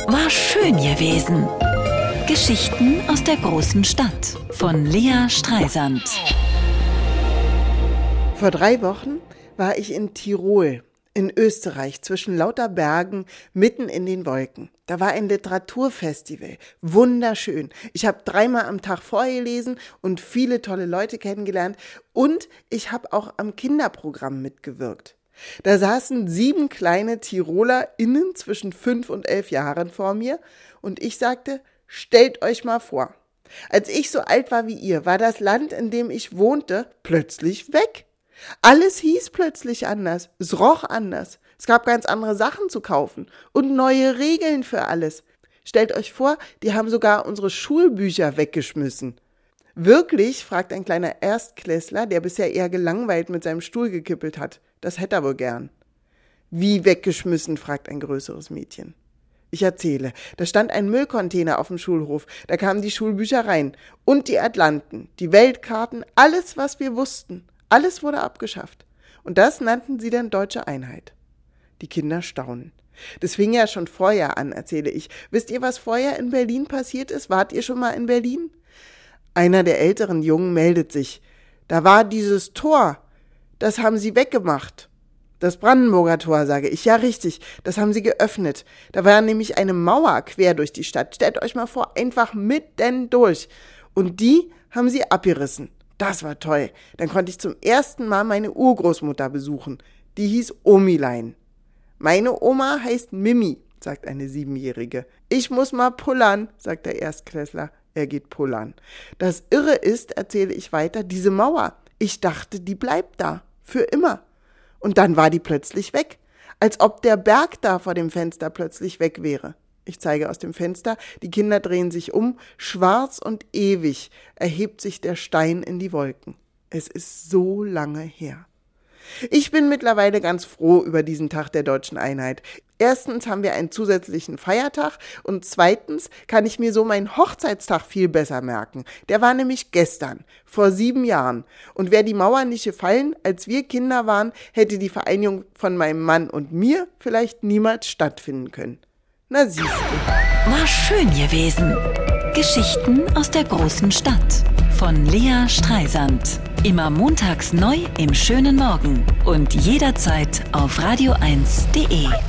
War schön gewesen. Geschichten aus der großen Stadt von Lea Streisand. Vor 3 Wochen war ich in Tirol, in Österreich, zwischen lauter Bergen, mitten in den Wolken. Da war ein Literaturfestival, wunderschön. Ich habe 3-mal am Tag vorgelesen und viele tolle Leute kennengelernt und ich habe auch am Kinderprogramm mitgewirkt. Da saßen 7 kleine TirolerInnen zwischen 5 und 11 Jahren vor mir und ich sagte, stellt euch mal vor, als ich so alt war wie ihr, war das Land, in dem ich wohnte, plötzlich weg. Alles hieß plötzlich anders, es roch anders, es gab ganz andere Sachen zu kaufen und neue Regeln für alles. Stellt euch vor, die haben sogar unsere Schulbücher weggeschmissen. Wirklich, fragt ein kleiner Erstklässler, der bisher eher gelangweilt mit seinem Stuhl gekippelt hat. Das hätte er wohl gern. Wie weggeschmissen, fragt ein größeres Mädchen. Ich erzähle, da stand ein Müllcontainer auf dem Schulhof, da kamen die Schulbücher rein und die Atlanten, die Weltkarten, alles, was wir wussten. Alles wurde abgeschafft. Und das nannten sie dann Deutsche Einheit. Die Kinder staunen. Das fing ja schon vorher an, erzähle ich. Wisst ihr, was vorher in Berlin passiert ist? Wart ihr schon mal in Berlin? Einer der älteren Jungen meldet sich. Da war dieses Tor. Das haben sie weggemacht. Das Brandenburger Tor, sage ich. Ja, richtig. Das haben sie geöffnet. Da war nämlich eine Mauer quer durch die Stadt. Stellt euch mal vor, einfach mitten durch. Und die haben sie abgerissen. Das war toll. Dann konnte ich zum ersten Mal meine Urgroßmutter besuchen. Die hieß Omilein. Meine Oma heißt Mimi, sagt eine 7-Jährige. Ich muss mal pullern, sagt der Erstklässler. Er geht pullern. Das Irre ist, erzähle ich weiter, diese Mauer. Ich dachte, die bleibt da. Für immer. Und dann war die plötzlich weg. Als ob der Berg da vor dem Fenster plötzlich weg wäre. Ich zeige aus dem Fenster, die Kinder drehen sich um, schwarz und ewig erhebt sich der Stein in die Wolken. Es ist so lange her. Ich bin mittlerweile ganz froh über diesen Tag der Deutschen Einheit. Erstens haben wir einen zusätzlichen Feiertag und zweitens kann ich mir so meinen Hochzeitstag viel besser merken. Der war nämlich gestern, vor 7 Jahren. Und wäre die Mauer nicht gefallen, als wir Kinder waren, hätte die Vereinigung von meinem Mann und mir vielleicht niemals stattfinden können. Na siehst du. War schön gewesen. Geschichten aus der großen Stadt von Lea Streisand. Immer montags neu im schönen Morgen und jederzeit auf radio1.de.